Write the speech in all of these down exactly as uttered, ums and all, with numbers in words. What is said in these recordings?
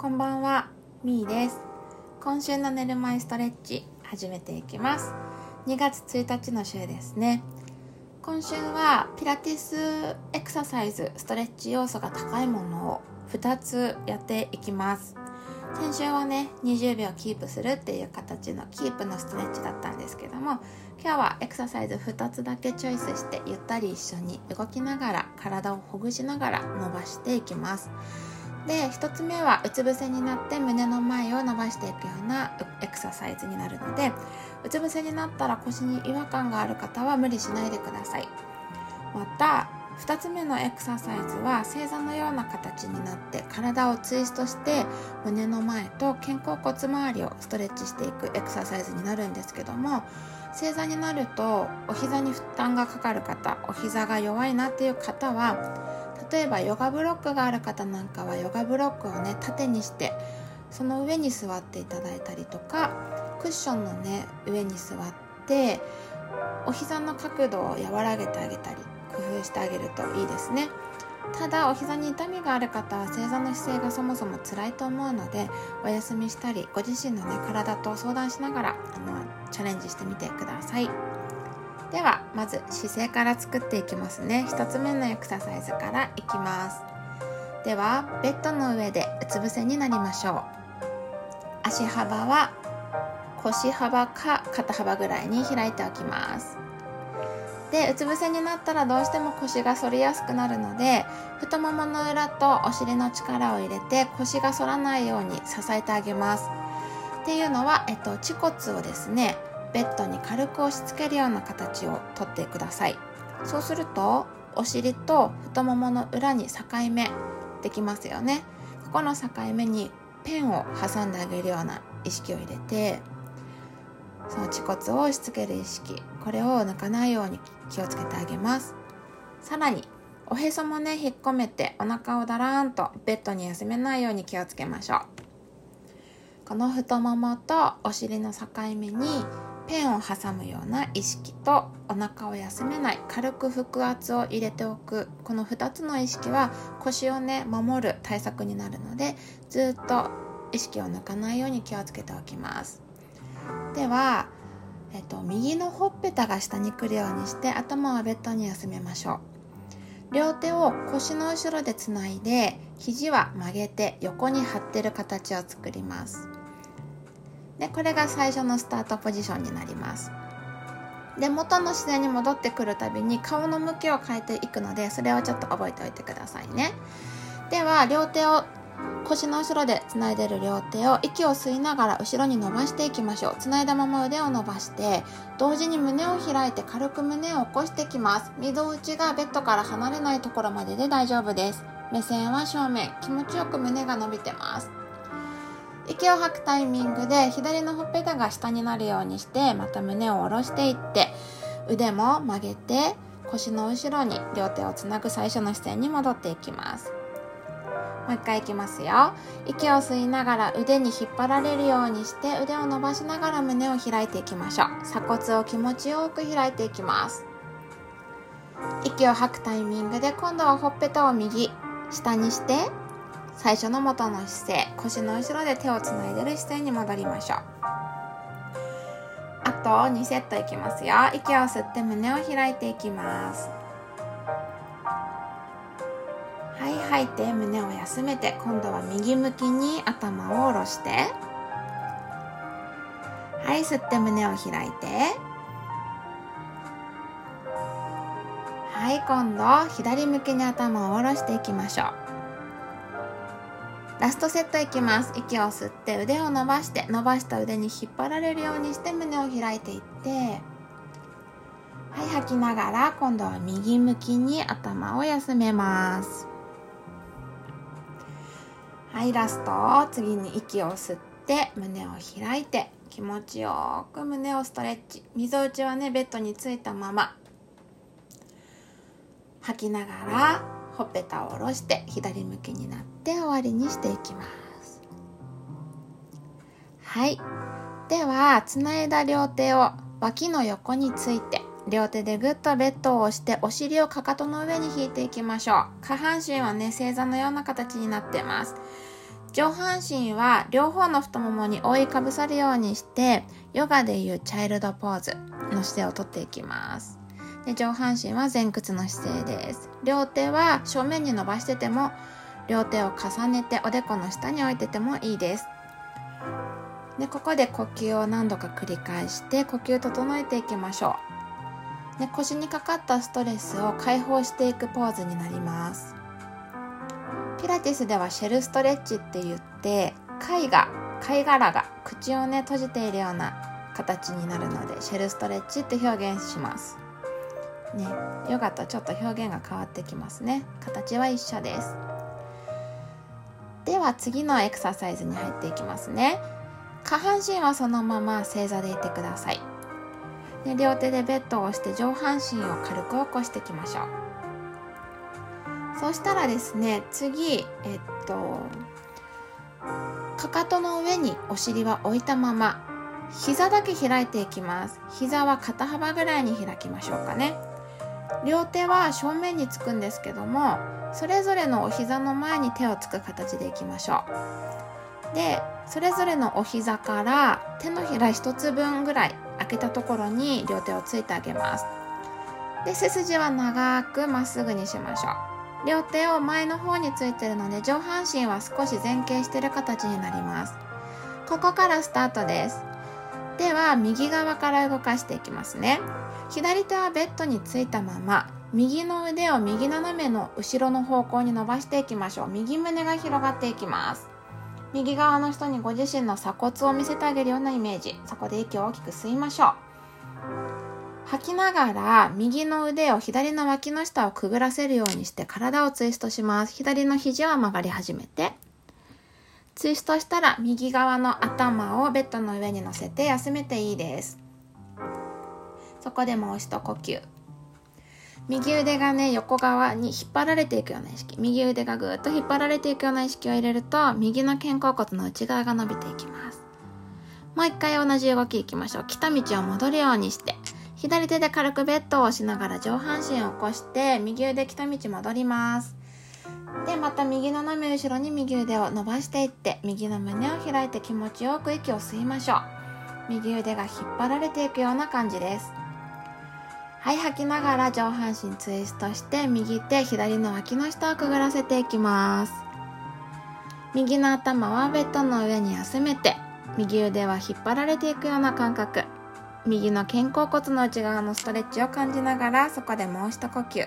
こんばんは、みーです。今週の寝る前ストレッチ始めていきます。にがつついたちの週ですね。今週はピラティスエクササイズ、ストレッチ要素が高いものをふたつやっていきます。先週はね、にじゅうびょうキープするっていう形のキープのストレッチだったんですけども、今日はエクササイズふたつだけチョイスしてゆったり一緒に動きながら体をほぐしながら伸ばしていきます。で、ひとつめはうつ伏せになって胸の前を伸ばしていくようなエクササイズになるので、うつ伏せになったら腰に違和感がある方は無理しないでください。またふたつめのエクササイズは正座のような形になって体をツイストして胸の前と肩甲骨周りをストレッチしていくエクササイズになるんですけども、正座になるとお膝に負担がかかる方、お膝が弱いなっていう方は、例えばヨガブロックがある方なんかはヨガブロックをね縦にしてその上に座っていただいたりとか、クッションのね上に座ってお膝の角度を和らげてあげたり工夫してあげるといいですね。ただお膝に痛みがある方は正座の姿勢がそもそも辛いと思うので、お休みしたりご自身のね体と相談しながらあのチャレンジしてみてください。ではまず姿勢から作っていきますね。ひとつめのエクササイズからいきます。ではベッドの上でうつ伏せになりましょう。足幅は腰幅か肩幅ぐらいに開いておきます。で、うつ伏せになったらどうしても腰が反りやすくなるので、太ももの裏とお尻の力を入れて腰が反らないように支えてあげます。っていうのは、えっと、恥骨をですねベッドに軽く押し付けるような形をとってください。そうするとお尻と太ももの裏に境目できますよね。ここの境目にペンを挟んであげるような意識を入れて、その恥骨を押し付ける意識、これを抜かないように気をつけてあげます。さらにおへそもね引っ込めてお腹をだらーんとベッドに休めないように気をつけましょう。この太ももとお尻の境目にペンを挟むような意識とお腹を休めない、軽く腹圧を入れておく、このふたつの意識は腰をね守る対策になるので、ずっと意識を抜かないように気をつけておきます。では、えっと、右のほっぺたが下に来るようにして頭をベッドに休めましょう。両手を腰の後ろでつないで、肘は曲げて横に張ってる形を作ります。で、これが最初のスタートポジションになります。で、元の姿勢に戻ってくるたびに顔の向きを変えていくので、それをちょっと覚えておいてくださいね。では両手を腰の後ろでつないでる両手を息を吸いながら後ろに伸ばしていきましょう。つないだまま腕を伸ばして同時に胸を開いて軽く胸を起こしてきます。溝打ちがベッドから離れないところまでで大丈夫です。目線は正面、気持ちよく胸が伸びてます。息を吐くタイミングで左のほっぺたが下になるようにしてまた胸を下ろしていって、腕も曲げて腰の後ろに両手をつなぐ最初の姿勢に戻っていきます。もう一回いきますよ。息を吸いながら腕に引っ張られるようにして腕を伸ばしながら胸を開いていきましょう。鎖骨を気持ちよく開いていきます。息を吐くタイミングで今度はほっぺたを右下にして最初の元の姿勢、腰の後ろで手をつないでる姿勢に戻りましょう。あとにセットいきますよ。息を吸って胸を開いていきます。はい、吐いて胸を休めて今度は右向きに頭を下ろして、はい、吸って胸を開いて、はい、今度左向きに頭を下ろしていきましょう。ラストセットいきます。息を吸って腕を伸ばして、伸ばした腕に引っ張られるようにして胸を開いていって、はい、吐きながら今度は右向きに頭を休めます。はい、ラスト、次に息を吸って胸を開いて気持ちよく胸をストレッチ。溝打ちはねベッドについたまま、吐きながらほっぺたを下ろして左向きになって終わりにしていきます。はい、ではつないだ両手を脇の横について両手でぐっとベッドを押してお尻をかかとの上に引いていきましょう。下半身はね正座のような形になってます。 上半身は両方の太ももに覆いかぶさるようにして、ヨガでいうチャイルドポーズの姿勢をとっていきます。で、上半身は前屈の姿勢です。両手は正面に伸ばしてても、両手を重ねておでこの下に置いててもいいです。で、ここで呼吸を何度か繰り返して呼吸整えていきましょう。で、腰にかかったストレスを解放していくポーズになります。ピラティスではシェルストレッチって言って、貝が貝殻が口をね閉じているような形になるので、シェルストレッチって表現しますね。ヨガとちょっと表現が変わってきますね。形は一緒です。では次のエクササイズに入っていきますね。下半身はそのまま正座でいてください。で、両手でベッドを押して上半身を軽く起こしていきましょう。そうしたらですね、次、えっと、かかとの上にお尻は置いたまま、膝だけ開いていきます。膝は肩幅ぐらいに開きましょうかね。両手は正面につくんですけども、それぞれのお膝の前に手をつく形でいきましょう。で、それぞれのお膝から手のひら一つ分ぐらい開けたところに両手をついてあげます。で、背筋は長くまっすぐにしましょう。両手を前の方についているので、上半身は少し前傾している形になります。ここからスタートです。では、右側から動かしていきますね。左手はベッドについたまま、右の腕を右斜めの後ろの方向に伸ばしていきましょう。右胸が広がっていきます。右側の人にご自身の鎖骨を見せてあげるようなイメージ。そこで息を大きく吸いましょう。吐きながら右の腕を左の脇の下をくぐらせるようにして体をツイストします。左の肘は曲がり始めて、ツイストしたら右側の頭をベッドの上に乗せて休めていいです。そこでもう一呼吸。右腕がね、横側に引っ張られていくような意識。右腕がぐーっと引っ張られていくような意識を入れると、右の肩甲骨の内側が伸びていきます。もう一回同じ動きいきましょう。来た道を戻るようにして、左手で軽くベッドを押しながら上半身を起こして、右腕来た道戻ります。で、また右斜め後ろに右腕を伸ばしていって、右の胸を開いて気持ちよく息を吸いましょう。右腕が引っ張られていくような感じです。はい、吐きながら上半身ツイストして、右手左の脇の下をくぐらせていきます。右の頭はベッドの上に休めて、右腕は引っ張られていくような感覚。右の肩甲骨の内側のストレッチを感じながら、そこでもう一呼吸。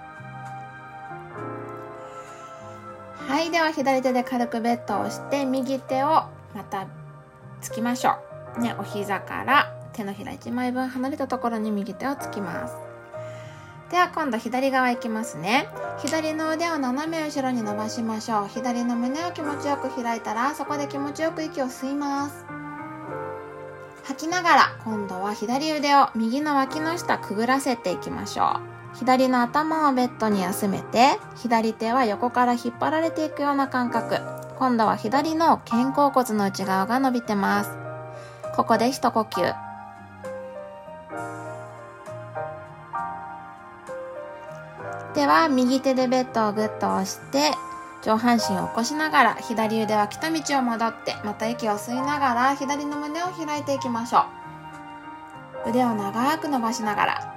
はい、では左手で軽くベッドを押して、右手をまたつきましょう。ね、お膝から手のひらいちまいぶん離れたところに右手をつきます。では今度左側いきますね。左の腕を斜め後ろに伸ばしましょう。左の胸を気持ちよく開いたら、そこで気持ちよく息を吸います。吐きながら今度は左腕を右の脇の下くぐらせていきましょう。左の頭をベッドに休めて、左手は横から引っ張られていくような感覚。今度は左の肩甲骨の内側が伸びてます。ここで一呼吸。では右手でベッドをグッと押して上半身を起こしながら、左腕は来た道を戻って、また息を吸いながら左の胸を開いていきましょう。腕を長く伸ばしながら、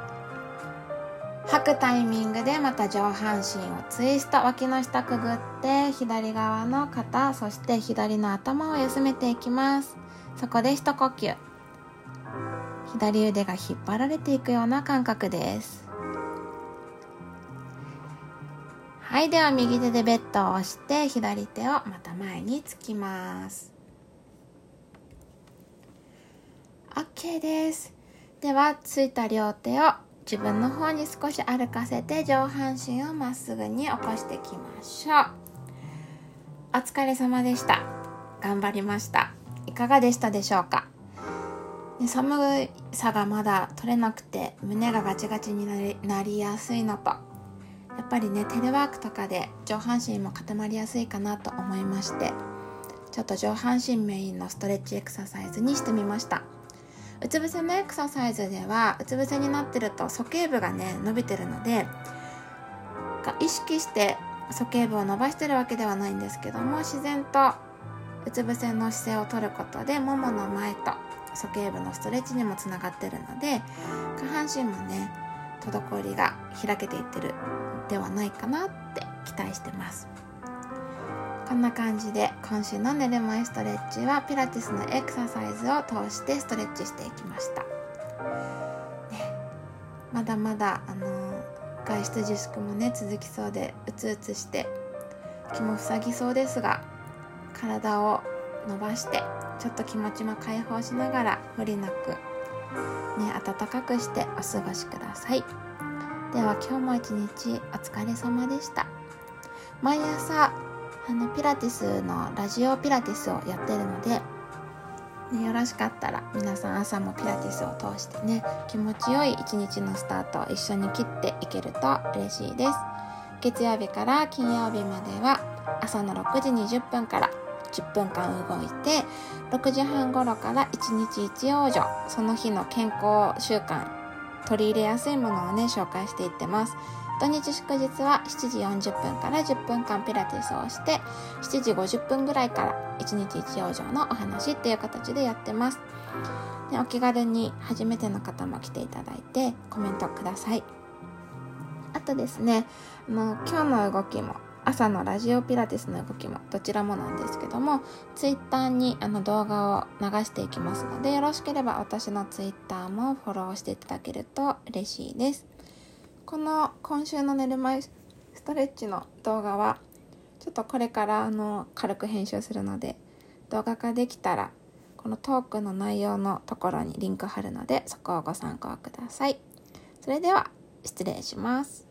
吐くタイミングでまた上半身をツイスト、脇の下くぐって左側の肩、そして左の頭を休めていきます。そこで一呼吸。左腕が引っ張られていくような感覚です。はい、では右手でベッドを押して左手をまた前につきます。 OK です。ではついた両手を自分の方に少し歩かせて、上半身をまっすぐに起こしていきましょう。お疲れ様でした。頑張りました。いかがでしたでしょうか。寒さがまだ取れなくて胸がガチガチになり、なりやすいのと、やっぱりね、テレワークとかで上半身も固まりやすいかなと思いまして、ちょっと上半身メインのストレッチエクササイズにしてみました。うつ伏せのエクササイズでは、うつ伏せになってると鼠径部がね伸びてるので、意識して鼠径部を伸ばしてるわけではないんですけども、自然とうつ伏せの姿勢をとることでももの前と鼠径部のストレッチにもつながってるので、下半身もね滞りが開けていってるではないかなって期待してます。こんな感じで今週の寝る前ストレッチはピラティスのエクササイズを通してストレッチしていきました、ね、まだまだあの外出自粛もね続きそうでうつうつして気も塞ぎそうですが、体を伸ばしてちょっと気持ちも解放しながら無理なく、ね、暖かくしてお過ごしください。では今日も一日お疲れ様でした。毎朝あのピラティスのラジオピラティスをやってるので、ね、よろしかったら皆さん朝もピラティスを通してね気持ちよい一日のスタートを一緒に切っていけると嬉しいです。月曜日から金曜日までは朝のろくじにじゅっぷんからじゅっぷんかん動いて、ろくじはん頃からいちにちいち養生、その日の健康習慣取り入れやすいものをね紹介していってます。土日祝日はしちじよんじゅっぷんからじゅっぷんかんピラティスをして、しちじごじゅっぷんぐらいからいちにちいち養生のお話っていう形でやってます。でお気軽に初めての方も来ていただいてコメントください。あとですね、あの今日の動きも朝のラジオピラティスの動きもどちらもなんですけども、ツイッターにあの動画を流していきますので、よろしければ私のツイッターもフォローしていただけると嬉しいです。この今週の寝る前ストレッチの動画はちょっとこれからあの軽く編集するので、動画化できたらこのトークの内容のところにリンク貼るので、そこをご参考ください。それでは失礼します。